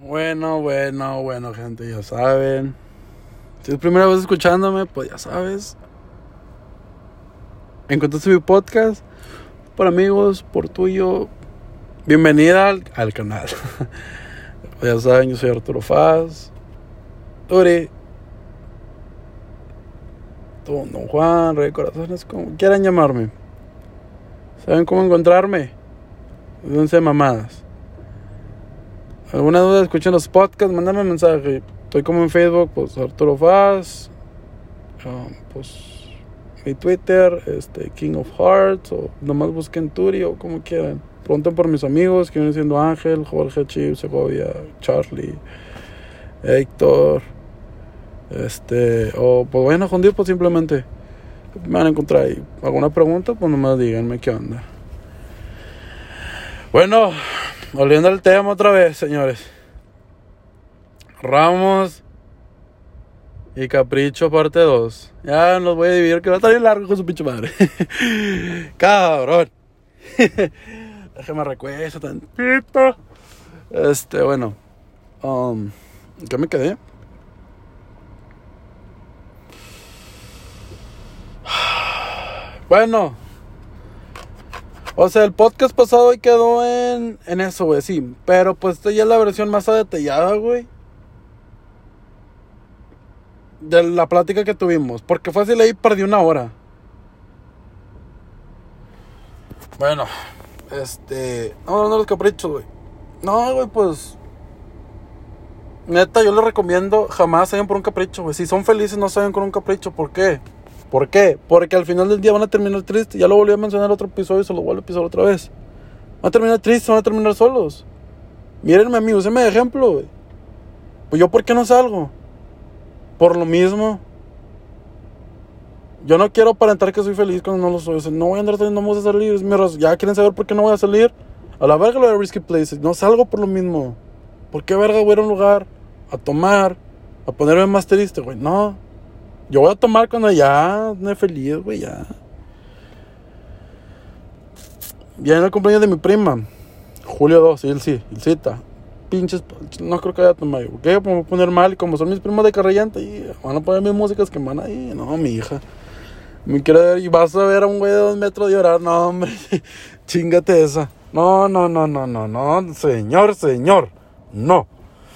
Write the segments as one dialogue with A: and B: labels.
A: Bueno, gente, ya saben. Si es primera vez escuchándome, pues ya sabes. Encontraste mi podcast por amigos, por tuyo. Bienvenida al canal. Ya saben, yo soy Arturo Faz. Uri. Don Juan, Rey de Corazones, como quieran llamarme. ¿Saben cómo encontrarme? Dense mamadas. ¿Alguna duda? Escuchen los podcasts, mándame un mensaje. Estoy como en Facebook, pues Arturo Faz. Pues mi Twitter, King of Hearts, o nomás busquen Turi o como quieran. Pregunten por mis amigos que vienen siendo Ángel, Jorge, Chip, Segovia, Charlie, Héctor. O pues vayan a Jundir, pues simplemente me van a encontrar ahí. ¿Alguna pregunta? Pues nomás díganme qué onda. Bueno, volviendo al tema otra vez, señores. Ramos y Capricho parte 2. Ya los voy a dividir, que va a estar bien largo con su pinche madre. Cabrón. Déjame recuesto tantito. Bueno. ¿Qué me quedé? Bueno. O sea, el podcast pasado hoy quedó en eso, güey, sí. Pero pues esta ya es la versión más detallada, güey, de la plática que tuvimos. Porque fácil ahí perdí una hora. Bueno, no los caprichos, güey. No, güey, pues neta, yo les recomiendo jamás se vayan por un capricho, güey. Si son felices, no se vayan con un capricho. ¿Por qué? Porque al final del día van a terminar tristes. Ya lo volví a mencionar en otro episodio y se lo vuelvo a episodio otra vez. Van a terminar tristes, van a terminar solos. Mírenme, amigos, usted de ejemplo, güey. Pues yo, ¿por qué no salgo? Por lo mismo. Yo no quiero aparentar que soy feliz cuando no lo soy. O sea, no voy a andar saliendo, no vamos a salir. Ya quieren saber por qué no voy a salir. A la verga lo de Risky Places. No salgo por lo mismo. ¿Por qué verga voy a ir a un lugar a tomar, a ponerme más triste, güey? No. Yo voy a tomar cuando ya ande feliz, güey, ya. Ya en el cumpleaños de mi prima, julio 2, y él cita. Pinches, no creo que haya tomado. ¿Por qué? Me voy a poner mal. Y como son mis primos de Carrillante, y van a poner mis músicas que van ahí. No, mi hija me quiere ver y vas a ver a un güey de 2 metros llorar. No, hombre, chingate esa. No, señor, no.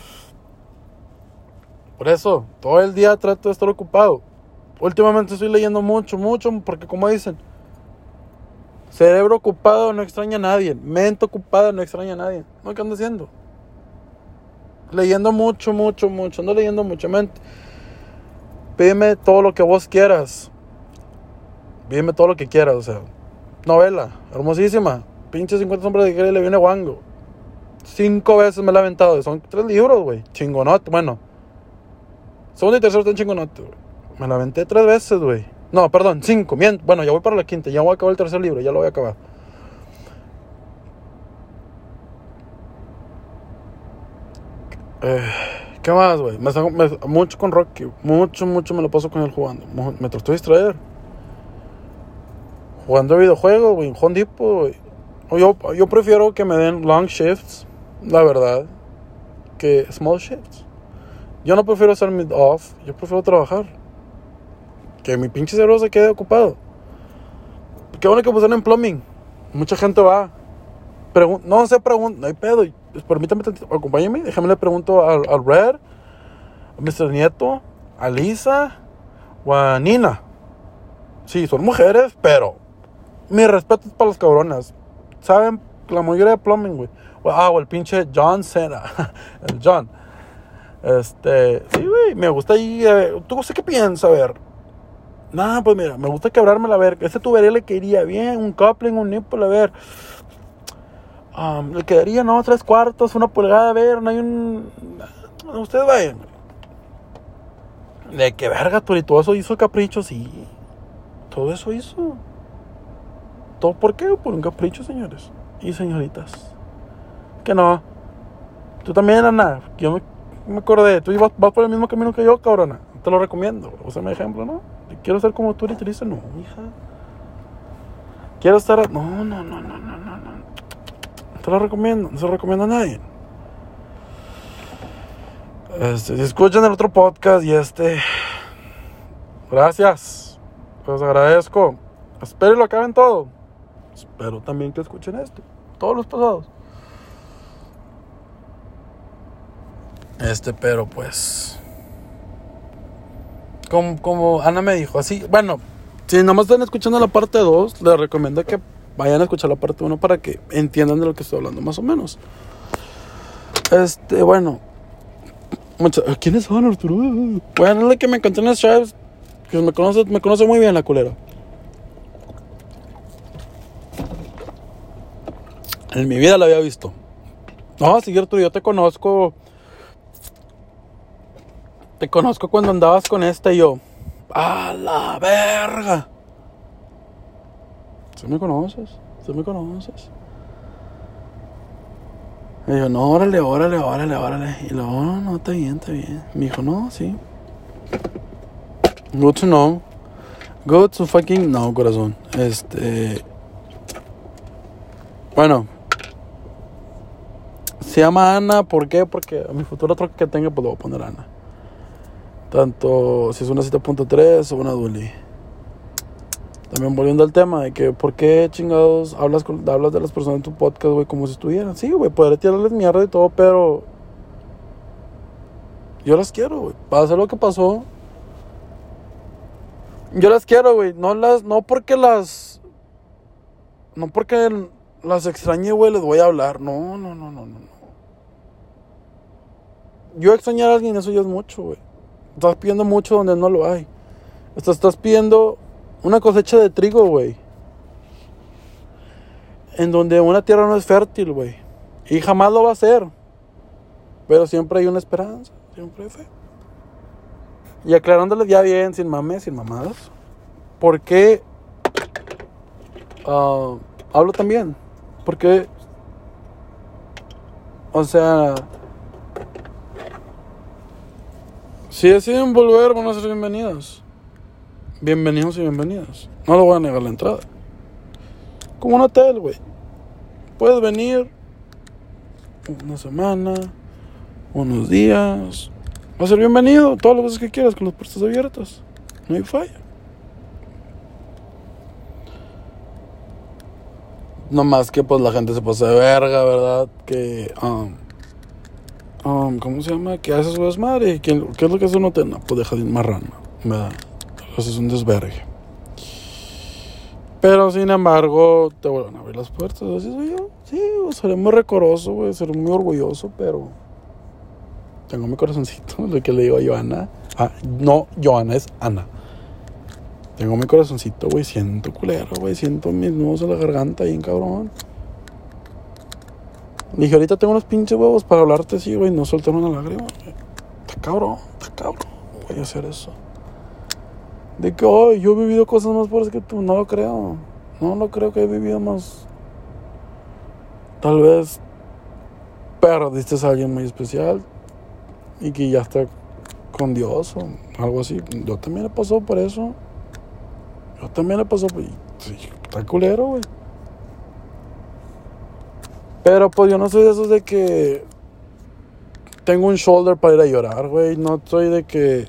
A: Por eso, todo el día trato de estar ocupado. Últimamente estoy leyendo mucho, porque como dicen, cerebro ocupado no extraña a nadie, mente ocupada no extraña a nadie. ¿No? ¿Qué ando haciendo? Leyendo mucho, ando leyendo mucho, mente. Pídeme todo lo que vos quieras. Pídeme todo lo que quieras, o sea, novela, hermosísima. Pinche 50 sombras de Grey le viene guango. 5 veces me la he aventado, son 3 libros, güey, chingonote, bueno. Segundo y tercero están chingonotes, güey. Me la aventé 3 veces, güey. No, perdón, 5. Bueno, ya voy para la quinta. Ya voy a acabar el tercer libro. Ya lo voy a acabar. ¿Qué más, güey? Mucho con Rocky. Mucho me lo paso con él jugando. Me trató de distraer. Jugando videojuegos, güey. Home Depot, güey. Yo prefiero que me den long shifts, la verdad, que small shifts. Yo no prefiero hacer mid-off. Yo prefiero trabajar. Que mi pinche cerebro se quede ocupado. Qué bueno que pusieron en plumbing. Mucha gente va. No hay pedo. Pues permítame, acompáñame. Déjame le pregunto al Red, a Mr. Nieto, a Lisa o a Nina. Sí, son mujeres, pero mi respeto es para las cabronas. Saben la mayoría de plumbing, güey. O el pinche John Cena. El John. Sí, güey, me gusta ahí. ¿Tú sé qué piensas? A ver. Nah, pues mira, me gusta quebrármela, a ver. Ese tubería le quedaría bien, un coupling, un nipple, a ver. Le quedaría, no, 3/4, 1 pulgada, a ver, no hay un... Ustedes vayan. De qué verga, tú, y todo eso hizo el capricho, sí. Todo eso hizo. ¿Todo por qué? Por un capricho, señores y señoritas. Que no. Tú también, Ana. Yo me acordé. Tú vas por el mismo camino que yo, cabrona. Te lo recomiendo. Úsame ejemplo, ¿no? Quiero ser como tú y triste. No, hija. Quiero estar... No. Te lo recomiendo. No se lo recomiendo a nadie. Si escuchan el otro podcast y gracias. Les agradezco. Espero y lo acaben todo. Espero también que escuchen todos los pasados. Pero pues, como Ana me dijo, así, bueno, si nomás están escuchando la parte 2, les recomiendo que vayan a escuchar la parte 1 para que entiendan de lo que estoy hablando más o menos. Bueno, ¿quiénes son, Arturo? Bueno, es la que me encontré en Stripes, que me conoce muy bien la culera. En mi vida la había visto. No, sí, Arturo, yo te conozco. Te conozco cuando andabas con y yo. ¡A la verga! ¿Sí me conoces? Y yo, no, órale. Y luego, no, está bien. Me dijo, no, sí. Good to know. Good to fucking know, corazón. Bueno. Se llama Ana, ¿por qué? Porque a mi futuro troca que tenga, pues le voy a poner Ana. Tanto si es una 7.3 o una dually. También volviendo al tema de que ¿por qué chingados hablas de las personas en tu podcast, güey, como si estuvieran? Sí, güey, podré tirarles mierda y todo, pero yo las quiero, güey. Pasa lo que pasó. Yo las quiero, güey. No porque las extrañe, güey, les voy a hablar. No. Yo extrañar a alguien, eso ya es mucho, güey. Estás pidiendo mucho donde no lo hay. Estás pidiendo una cosecha de trigo, güey, en donde una tierra no es fértil, güey. Y jamás lo va a ser. Pero siempre hay una esperanza. Siempre hay fe. Y aclarándoles ya bien, sin mames, sin mamadas, ¿por qué hablo también? Porque, o sea, si deciden volver, van a ser bienvenidos. Bienvenidos y bienvenidas. No lo voy a negar la entrada. Como un hotel, güey. Puedes venir una semana, unos días. Va a ser bienvenido todas las veces que quieras, con las puertas abiertas. No hay falla. No más que pues la gente se pasa de verga, ¿verdad? Que ¿cómo se llama? Que hace su desmadre. ¿Qué es lo que hace un hotel? No, pues deja de ir marrano, ¿verdad? Eso es un desvergue. Pero sin embargo, te vuelven a abrir las puertas. Así soy yo. Sí, seré muy recoroso, güey. Seré muy orgulloso, pero tengo mi corazoncito. Lo que le digo a Joana. No, Joana es Ana. Tengo mi corazoncito, güey. Siento culero, güey. Siento mis nudos en la garganta, bien cabrón. Dije, ahorita tengo unos pinches huevos para hablarte así, güey. No soltar una lágrima, güey. Está cabrón. Voy a hacer eso. De que, yo he vivido cosas más fuertes que tú. No lo creo. No lo creo que he vivido más. Tal vez perdiste a alguien muy especial y que ya está con Dios o algo así. Yo también he pasado por eso. Sí, está culero, güey. Pero pues yo no soy de esos de que tengo un shoulder para ir a llorar, güey. No soy de que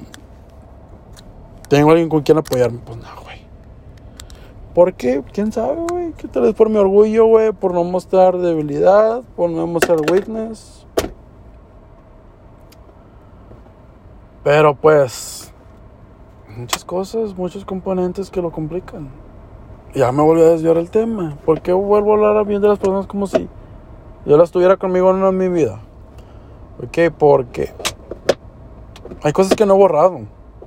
A: tengo alguien con quien apoyarme. Pues no, güey. ¿Por qué? ¿Quién sabe, güey? ¿Qué tal vez por mi orgullo, güey? Por no mostrar debilidad, por no mostrar weakness. Pero pues muchas cosas, muchos componentes que lo complican. Ya me volví a desviar el tema. ¿Por qué vuelvo a hablar bien de las personas como si yo las tuviera conmigo en mi vida? Ok, porque hay cosas que no he borrado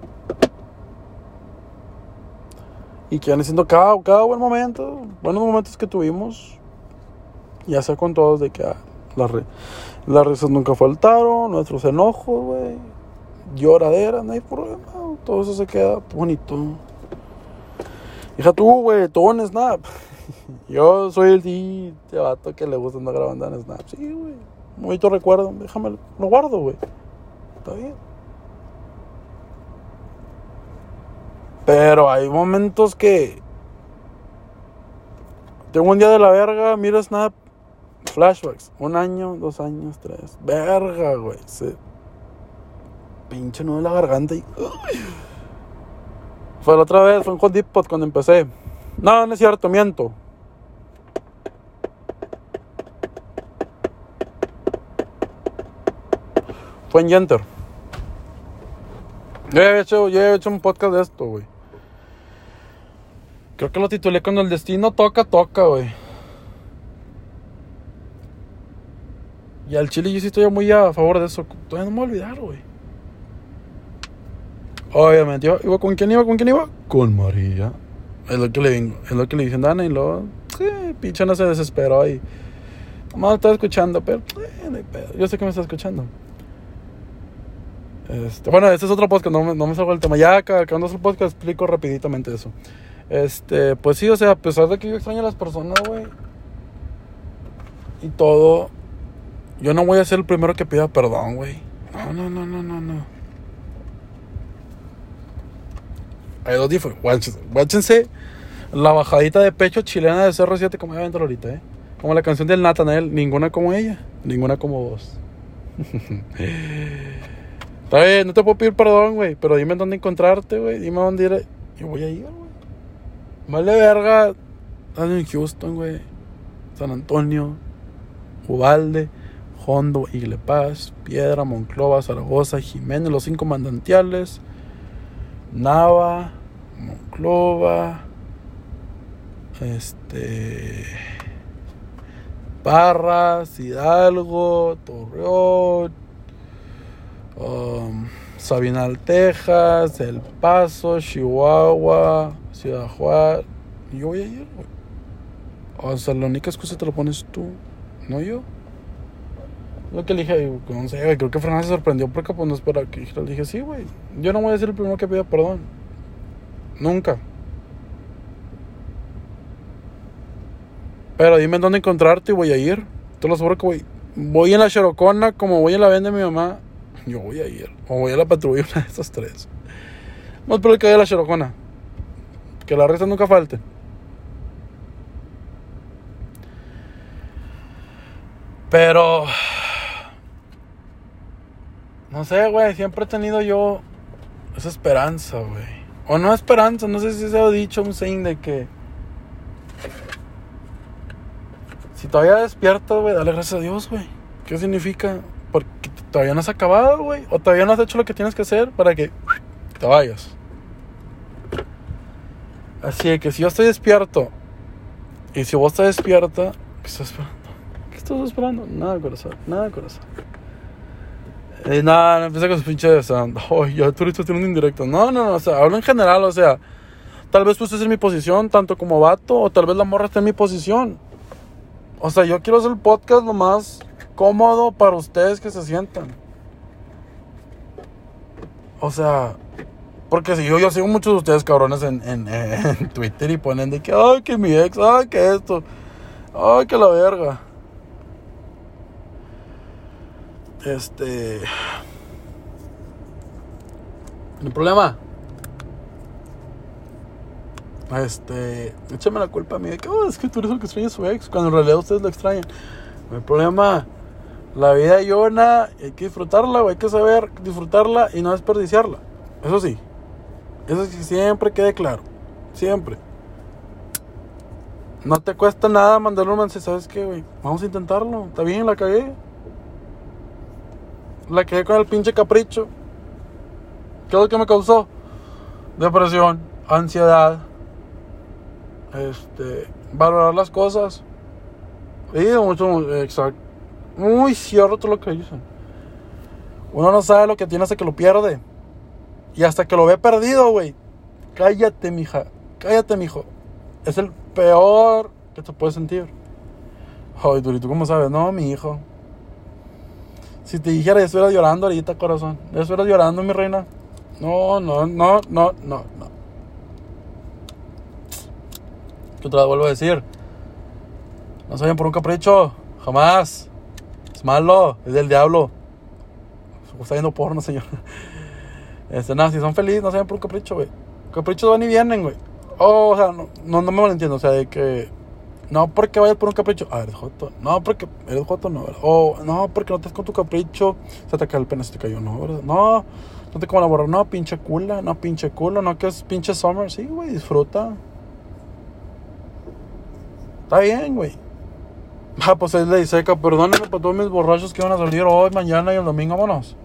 A: y que han sido cada buen momento, buenos momentos que tuvimos, ya sea con todos, de que las risas nunca faltaron, nuestros enojos, güey, lloradera, no hay problema, todo eso se queda bonito. Hija tú, güey, todo en Snap. Yo soy el vato que le gusta andar grabando en Snap. Sí, güey, un bonito recuerdo, déjame, lo guardo, güey, está bien. Pero hay momentos que tengo un día de la verga, miro Snap, flashbacks, 1 año, 2 años, 3, verga, güey, sí. pinche nudo en la garganta y... Fue la otra vez, fue en Home Depot cuando empecé. No, no es cierto, miento. Fue en Yenter. Yo he hecho un podcast de esto, güey. Creo que lo titulé cuando el destino toca, güey. Y al chile yo sí estoy muy a favor de eso. Todavía no me voy a olvidar, güey. Obviamente, ¿iba con quién iba? Con María. Es lo que le dicen Dana y luego... Sí, pinche no se desesperó y... Nomás lo estaba escuchando, pero... No hay pedo. Yo sé que me está escuchando. Bueno, este es otro podcast, no me salgo del tema. Ya acabando el podcast explico rapiditamente eso. Pues sí, o sea, a pesar de que yo extraño a las personas, güey, y todo, yo no voy a ser el primero que pida perdón, güey. No. Hay dos diferencias. Guáchense la bajadita de pecho chilena de CR7 como voy a ahorita, Como la canción del Nathanael, ninguna como ella, ninguna como vos. Está bien, no te puedo pedir perdón, güey, pero dime dónde encontrarte, güey. Dime dónde ir. Yo voy a ir, güey. Vale verga. Estás en Houston, güey. San Antonio, Uvalde, Hondo, Igle Paz, Piedra, Monclova, Zaragoza, Jiménez, los 5 manantiales, Nava, Monclova, Parras, Hidalgo, Torreón, Sabinal, Texas, El Paso, Chihuahua, Ciudad Juárez. Yo voy a ir, güey. O sea, la única excusa te lo pones tú, no yo. Lo que le dije, no sé, güey, creo que Fernanda se sorprendió porque pues no espera que le dije, sí, güey. Yo no voy a ser el primero que pida perdón. Nunca. Pero dime dónde encontrarte y voy a ir. Te lo aseguro que voy en la Xerocona como voy en la venda de mi mamá. Yo voy a ir. O voy a la patrulla, una de esas tres. No espero que vaya a la Xerocona. Que la resta nunca falte. Pero... no sé, güey. Siempre he tenido yo esa esperanza, güey. O no esperanza. No sé si se ha dicho un saying de que... si todavía despierto, güey, dale gracias a Dios, güey. ¿Qué significa? Porque todavía no has acabado, güey. O todavía no has hecho lo que tienes que hacer para que te vayas. Así que si yo estoy despierto y si vos estás despierta, ¿qué estás esperando? ¿Qué estás esperando? Nada, corazón. Nada, no empieza con su pinche de sand. Ya tú ahorita tienes un indirecto. No, o sea, hablo en general, o sea, tal vez tú estés en mi posición, tanto como vato, o tal vez la morra esté en mi posición. O sea, yo quiero hacer el podcast lo más cómodo para ustedes que se sientan. O sea, porque si yo sigo muchos de ustedes cabrones en Twitter y ponen de que, ay, que mi ex, ay, que esto, ay, que la verga. El problema, échame la culpa a mí de que, es que tú eres el que extraña a su ex, cuando en realidad ustedes lo extrañan. El problema, la vida hay una, hay que disfrutarla, güey, hay que saber disfrutarla y no desperdiciarla. Eso sí siempre quede claro, siempre. No te cuesta nada mandarle un mensaje, ¿sabes qué, güey? Vamos a intentarlo, está bien, la cagué con el pinche capricho. ¿Qué es lo que me causó? Depresión, ansiedad, valorar las cosas. Y mucho, exacto. Muy cierto lo que dicen. Uno no sabe lo que tiene hasta que lo pierde. Y hasta que lo ve perdido, güey. Cállate, mija. Cállate, mijo. Es el peor que te puedes sentir. Ay, Durito, ¿cómo sabes? No, mi hijo. Si te dijera, ya estuvieras llorando ahorita, corazón. Ya estuvieras llorando, mi reina. No. ¿Qué te la vuelvo a decir? No se vayan por un capricho. Jamás. Es malo. Es del diablo. Está viendo porno, señor. Nada, si son felices, no se vayan por un capricho, güey. Caprichos van y vienen, güey. O sea, no me malentiendo. O sea, de que No porque vayas por un capricho. Ah, eres joto. No porque eres joto, no, ¿verdad? O no porque no estás con tu capricho. Se te cae el pene, se te cayó, no, ¿verdad? No, no te como la borra. No, pinche cula. No, pinche culo. No, que es pinche summer. Sí, güey, disfruta. Está bien, güey. Ah, pues es ley seca. Perdónenme para todos mis borrachos que van a salir hoy, mañana y el domingo. Vámonos.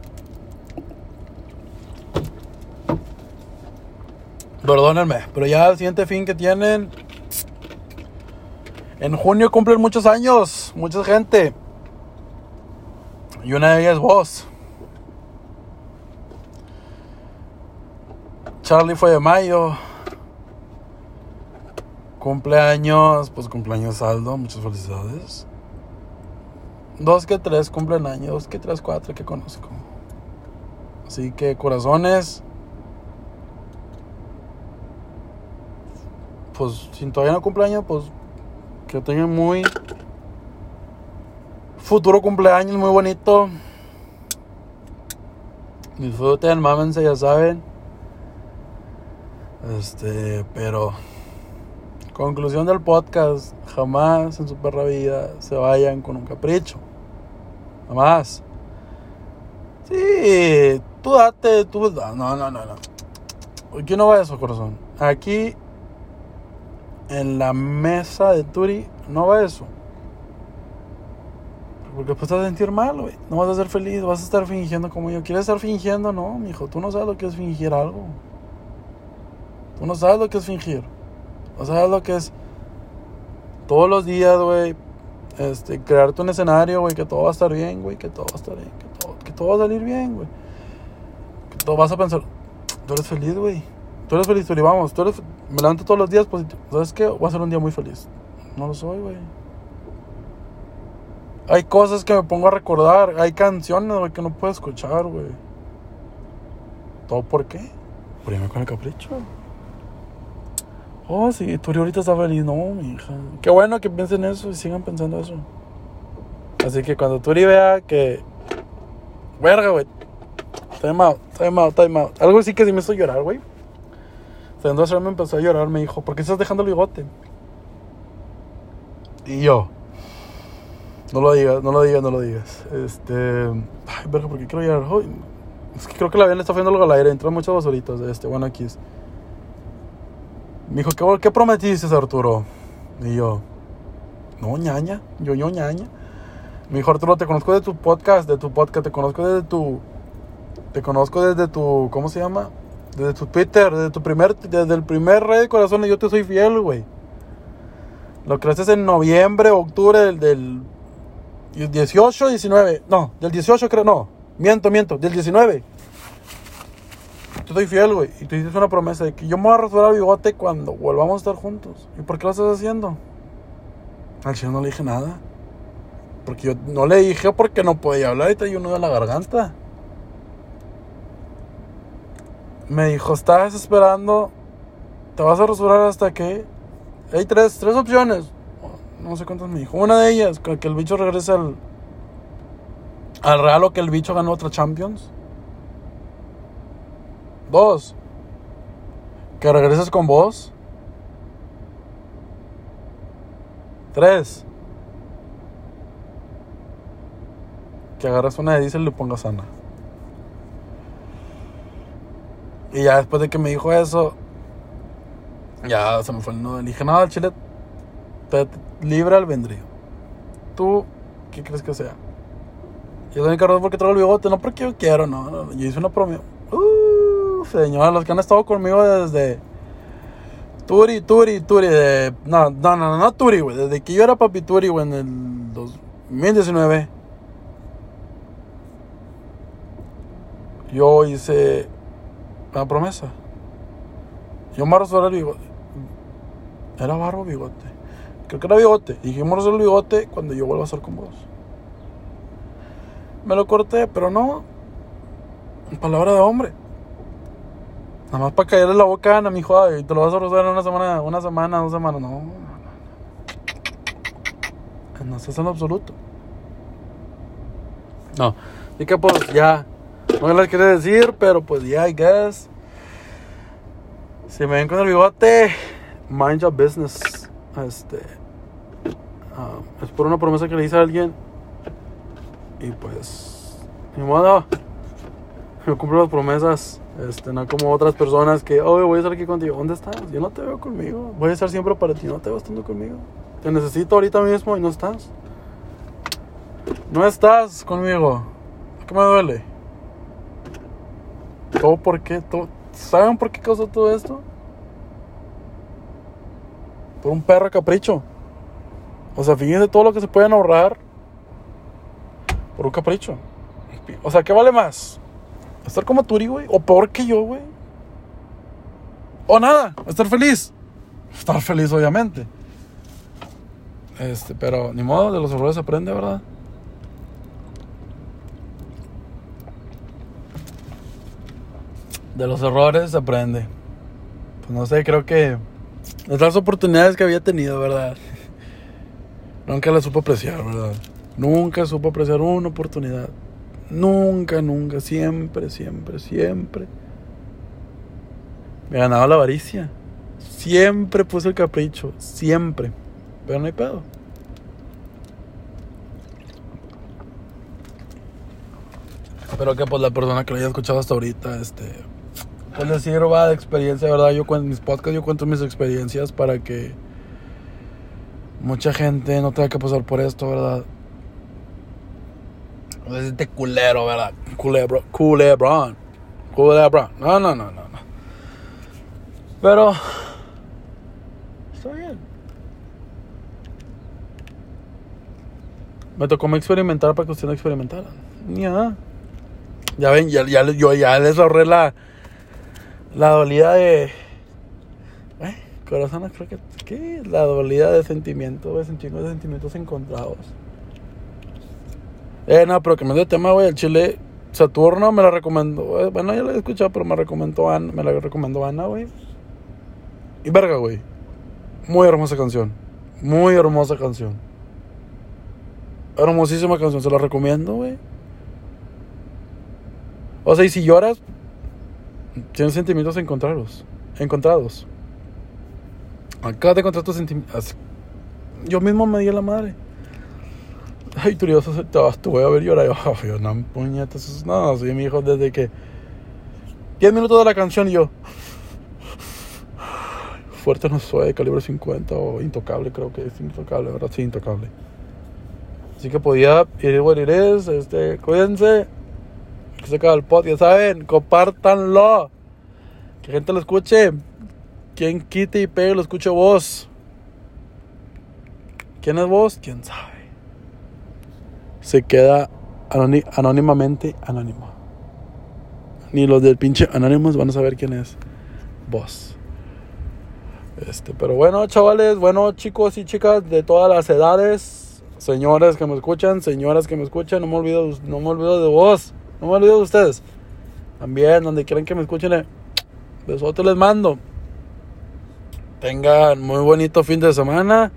A: Perdónenme, pero ya el siguiente fin que tienen. En junio cumplen muchos años, mucha gente. Y una de ellas es vos. Charlie fue de mayo. Cumpleaños, pues cumpleaños Aldo, muchas felicidades. 2 que 3 cumplen años, 2 que 3, 4 que conozco. Así que corazones. Pues si todavía no cumpleaños, pues que tengan muy futuro cumpleaños muy bonito. Disfruten, mámense, ya saben. Pero conclusión del podcast: jamás en su perra vida se vayan con un capricho. Jamás. Sí, tú date, tú. No. Aquí no va eso, corazón. Aquí en la mesa de Turi no va eso. Porque después te vas a sentir mal, güey. No vas a ser feliz, vas a estar fingiendo como yo. ¿Quieres estar fingiendo? No, mijo, tú no sabes lo que es fingir algo. Tú no sabes lo que es fingir. No sabes lo que es todos los días, güey, crearte un escenario, güey, que todo va a estar bien, güey, que todo va a estar bien, que todo va a salir bien, güey. Que todo vas a pensar, tú eres feliz, güey. Tú eres feliz, Turi, vamos. Me levanto todos los días positivo. ¿Sabes qué? Voy a ser un día muy feliz. No lo soy, güey. Hay cosas que me pongo a recordar. Hay canciones, güey, que no puedo escuchar, güey. ¿Todo por qué? Por irme con el capricho. Oh, sí, Turi ahorita está feliz. No, mi hija. Qué bueno que piensen eso y sigan pensando eso. Así que cuando Turi vea que... Verga, güey. Time out. Algo así que sí me hizo llorar, güey. Saliendo a me empezó a llorar, me dijo, ¿por qué estás dejando el bigote? Y yo... No lo digas. Ay, verga, ¿por qué quiero llorar? Oh, es que creo que la avión está haciendo algo al aire. Entran muchos basuritos. Bueno, aquí es. Me dijo, ¿qué prometiste, Arturo? Y yo, no, ñaña. Yo, ñaña. Me dijo, Arturo, te conozco de tu podcast. Te conozco desde tu, ¿cómo se llama? Desde tu Twitter, desde el primer red de corazones. Yo te soy fiel, güey. Lo que haces en noviembre, octubre del 18, 19. No, del 18 creo, no. Miento, del 19. Te soy fiel, güey. Y te hiciste una promesa de que yo me voy a rasurar el bigote cuando volvamos a estar juntos. ¿Y por qué lo estás haciendo? Al chino no le dije nada. Porque yo no le dije porque no podía hablar y traía un nudo en la garganta. Me dijo, estás esperando. Te vas a rasurar hasta que... Hay tres opciones. No sé cuántas me dijo. Una de ellas, que el bicho regrese al Real o que el bicho ganó otra Champions. 2, que regreses con vos. 3, que agarres una de diésel y le pongas Ana. Y ya después de que me dijo eso, ya se me fue el nudo. Le dije, no, al chile te libre albedrío. ¿Tú qué crees que sea? Yo soy mi carro porque traigo el bigote, no porque yo quiero, no. Yo hice una promesa. Señor, los que han estado conmigo desde Turi, no Turi, güey, desde que yo era papi Turi, güey, en el 2019, yo hice una promesa. Yo me rasurar el bigote. Era barba o bigote. Creo que era bigote. Y dijimos rasurar el bigote cuando yo vuelva a estar con vos. Me lo corté, pero no. Palabra de hombre. Nada más para caerle la boca a Ana, mi hijo. Y te lo vas a rasurar en una semana, 2 semanas. No. No estás en lo absoluto. No. Así que pues ya. No les quería decir, pero pues ya, I guess. Si me ven con el bigote, mind your business. Es por una promesa que le hice a alguien. Y pues, ni modo. Yo cumplo las promesas. No como otras personas que, oye, voy a estar aquí contigo. ¿Dónde estás? Yo no te veo conmigo. Voy a estar siempre para ti. No te veo estando conmigo. Te necesito ahorita mismo y no estás. No estás conmigo. ¿Qué me duele? ¿Todo por qué? ¿Saben por qué causó todo esto? Por un perro capricho. O sea, fíjense todo lo que se pueden ahorrar por un capricho. O sea, ¿qué vale más? ¿Estar como Turi, güey? ¿O peor que yo, güey? ¿O nada? ¿Estar feliz? Estar feliz, obviamente. Pero ni modo, de los errores se aprende, ¿verdad? De los errores se aprende. Pues no sé, creo que las oportunidades que había tenido, ¿verdad? Nunca las supo apreciar, ¿verdad? Nunca supo apreciar una oportunidad. Nunca, siempre. Me ganaba la avaricia. Siempre puse el capricho, siempre. Pero no hay pedo. Espero que pues la persona que lo haya escuchado hasta ahorita, pues les sirva de experiencia, ¿verdad? Yo en mis podcasts yo cuento mis experiencias para que mucha gente no tenga que pasar por esto, ¿verdad? No es este culero, ¿verdad? Culebrón. No. Pero está bien. Me tocó experimentar para que ustedes no experimentaran. Ya ven, yo ya les ahorré la dolida de... corazón, creo que... ¿Qué? La dolida de sentimientos, de sentimientos encontrados. No, pero que me dio tema, güey. El chile Saturno me la recomendó. Bueno, ya la he escuchado, pero me la recomendó Ana, güey. Y verga, güey. Muy hermosa canción. Hermosísima canción, se la recomiendo, güey. O sea, y si lloras, tienes sentimientos encontrados. Acabas de encontrar tus sentimientos. Yo mismo me di a la madre. Ay, tú Dios, te voy a ver llorar. Yo no, puñetas. No, soy mi hijo desde que 10 minutos de la canción y yo Fuerte no soy, calibre 50 o Intocable, creo que es Intocable, ¿verdad? Sí, Intocable. Así que podía ir what it is. Cuídense. Que se acaba el podcast, ya saben, compártanlo. Que gente lo escuche. Quien quite y pegue lo escuche vos. ¿Quién es vos? ¿Quién sabe? Se queda anónimamente anónimo. Ni los del pinche Anonymous van a saber quién es vos. Pero bueno, chavales, bueno, chicos y chicas de todas las edades, señores que me escuchan, señoras que me escuchan, no me olvido de vos, no me olvido de ustedes. También, donde quieran que me escuchen, besote les mando. Tengan muy bonito fin de semana.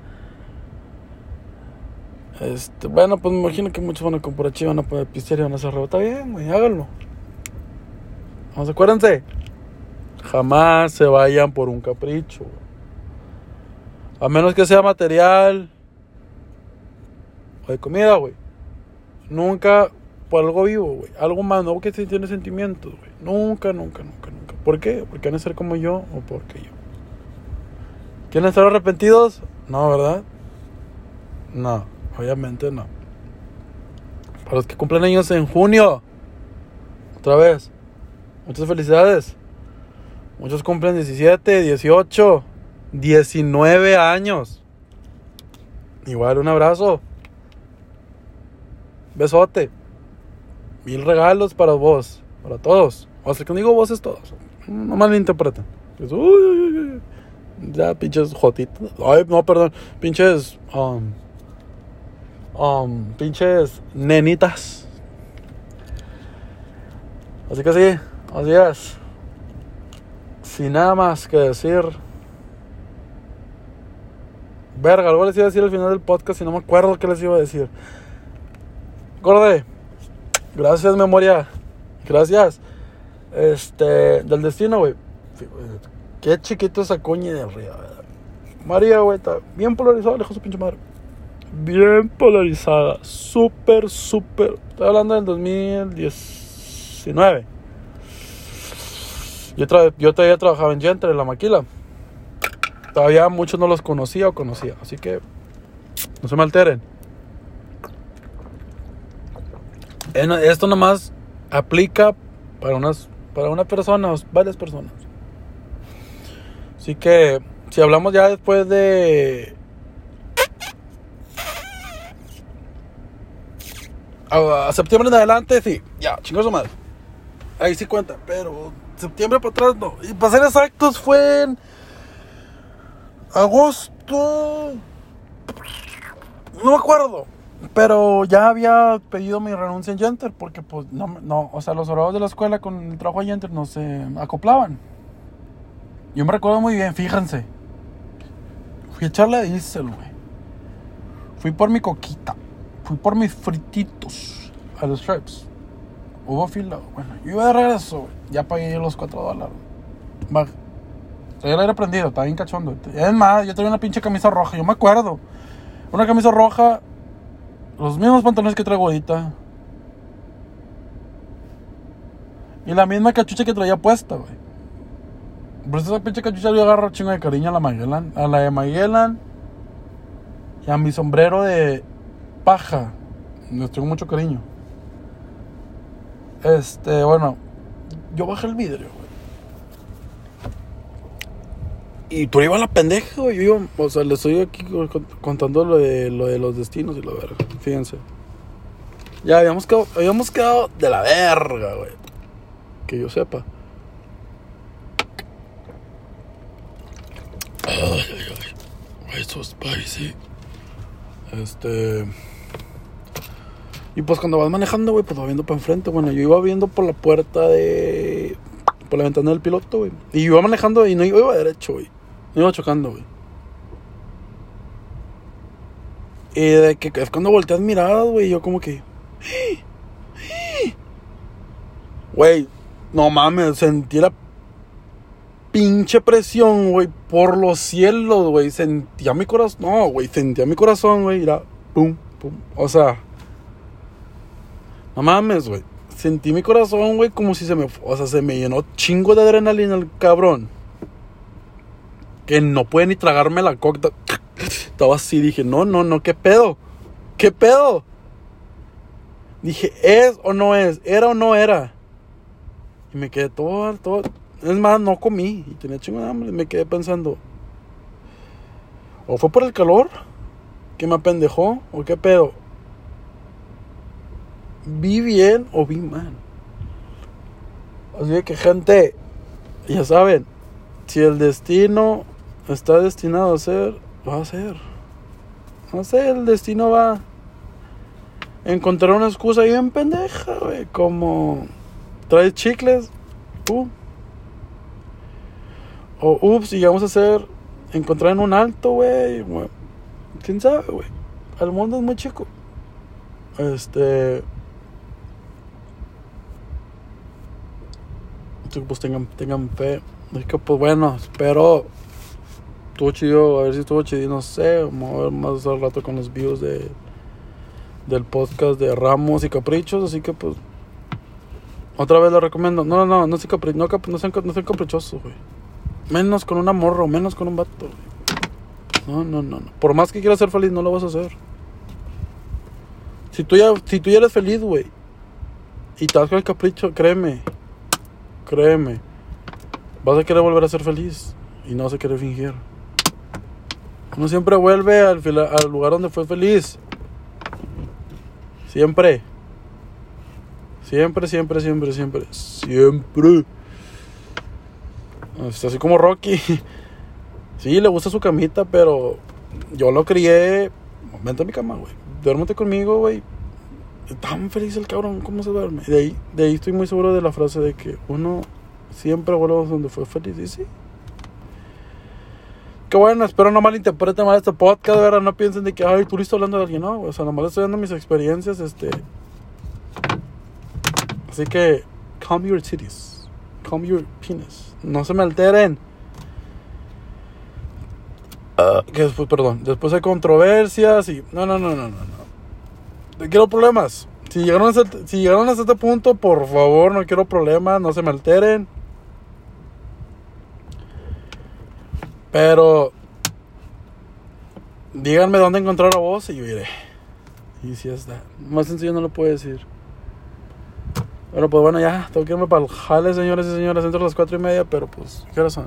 A: Bueno, pues me imagino que muchos van a comprar chido, van a poner pistear y van a hacer rebo. Está bien, güey, háganlo. Vamos, acuérdense, jamás se vayan por un capricho, güey. A menos que sea material o de comida, güey. Nunca por algo vivo, güey. Algo más, no que tiene sentimientos, güey. Nunca. ¿Por qué? ¿Porque van a ser como yo o porque yo? ¿Quieren estar arrepentidos? No, ¿verdad? No, obviamente no. Para los que cumplen años en junio, otra vez, muchas felicidades. Muchos cumplen 17, 18, 19 años. Igual, un abrazo. Besote. 1000 regalos para vos. Para todos. O sea, que digo vos es todos. No mal interpreten. Uy. Ya, pinches jotitos. Ay, no, perdón. Pinches... pinches nenitas. Así que sí. Así es. Sin nada más que decir. Verga, algo les iba a decir al final del podcast y no me acuerdo qué les iba a decir. Acordé. Gracias, memoria. Gracias. Del destino, güey. Qué chiquito esa cuña de arriba, ¿verdad? María, güey, está bien polarizado, lejos de su pinche madre. bien polarizada. Súper. Estoy hablando del 2019. Yo todavía trabajaba en Genter, en la maquila. Todavía muchos no los conocía o conocía. Así que no se me alteren. Esto nomás aplica para una persona o varias personas. Así que si hablamos ya después de a septiembre en adelante, sí, ya, chingos o madre. Ahí sí cuenta, pero septiembre para atrás no. Y para ser exactos fue en agosto, no me acuerdo, pero ya había pedido mi renuncia en Genter porque pues no, o sea, los horarios de la escuela con el trabajo en Genter no se acoplaban. Yo me recuerdo muy bien, fíjense. Fui a echarle a diésel, güey. Fui por mi coquita. Fui por mis frititos a los Stripes. Hubo fila, bueno, yo iba de regreso, güey. Ya pagué los $4. Traía el aire prendido, estaba bien cachondo. Es más, yo traía una pinche camisa roja, yo me acuerdo. Una camisa roja, los mismos pantalones que traigo ahorita. Y la misma cachucha que traía puesta, güey. Por eso esa pinche cachucha yo agarro chingo de cariño a la de Magellan. Y a mi sombrero de paja. Les tengo mucho cariño. Bueno, yo bajé el vidrio, güey. Y tú ibas a la pendeja, güey. Yo iba, o sea, les estoy aquí contando lo de los destinos y lo verga. Fíjense. Ya habíamos quedado de la verga, güey. Que yo sepa. Ay. Why so spicy? Y pues cuando vas manejando, güey, pues vas viendo para enfrente. Bueno, yo iba viendo por la puerta por la ventana del piloto, güey. Y yo iba manejando y no iba derecho, güey. No iba chocando, güey. Y de que es cuando volteas miradas, güey, yo como que... Güey, no mames, sentí la pinche presión, güey, por los cielos, güey. Sentía mi corazón, no, güey, sentía mi corazón, güey. Era pum. O sea, no mames, güey. Sentí mi corazón, güey, como si se me llenó chingo de adrenalina el cabrón. Que no puede ni tragarme la coca. Estaba así, dije, no, ¿qué pedo? Dije, ¿es o no es? ¿Era o no era? Y me quedé todo. Es más, no comí y tenía chingo de hambre. Me quedé pensando, ¿o fue por el calor que me apendejó? ¿O qué pedo? ¿Vi bien o vi mal? Así que, gente, ya saben, si el destino está destinado a ser, va a ser. No sé, el destino va a encontrar una excusa bien pendeja, güey. Como traes chicles, o ups, y vamos a encontrar en un alto, güey. ¿Quién sabe, güey? El mundo es muy chico. Pues tengan fe. Es que pues bueno, espero estuvo chido, a ver si estuvo chido, no sé, vamos a ver más al rato con los views del podcast de Ramos y Caprichos, así que pues otra vez lo recomiendo. No sean caprichosos, güey. Menos con una morra, menos con un vato, güey. No. Por más que quieras ser feliz, no lo vas a hacer. Si tú ya eres feliz, güey, y te vas con el capricho, créeme, vas a querer volver a ser feliz y no vas a querer fingir. Uno siempre vuelve al lugar donde fue feliz. Siempre. Así como Rocky. Sí, le gusta su camita, pero yo lo crié. Vente a mi cama, güey. Duérmete conmigo, güey. Tan feliz el cabrón, ¿cómo se duerme? De ahí estoy muy seguro de la frase de que uno siempre vuelve donde fue feliz. Y sí. Qué bueno, espero no malinterpreten mal este podcast, ¿verdad? No piensen de que, ay, tú le estás hablando de alguien, no, o sea, nomás estoy dando mis experiencias, Así que, calm your titties, calm your penis, no se me alteren. que después, perdón, después hay controversias y... No. No quiero problemas. Si llegaron hasta este punto, por favor, no quiero problemas, no se me alteren. Pero... díganme dónde encontrar a vos y yo iré. Y si está. Más sencillo no lo puedo decir. Pero pues bueno, ya. Tengo que irme para el jale, señores y señoras. Entro a las 4:30, pero pues... ¿qué horas son?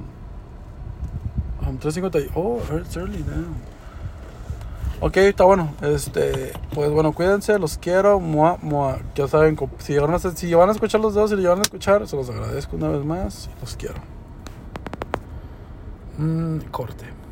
A: 3:50. Oh, it's early now. Ok, está bueno. Pues bueno, cuídense, los quiero. Ya saben, si van a escuchar los dedos y lo van a escuchar, se los agradezco una vez más. Los quiero. Corte.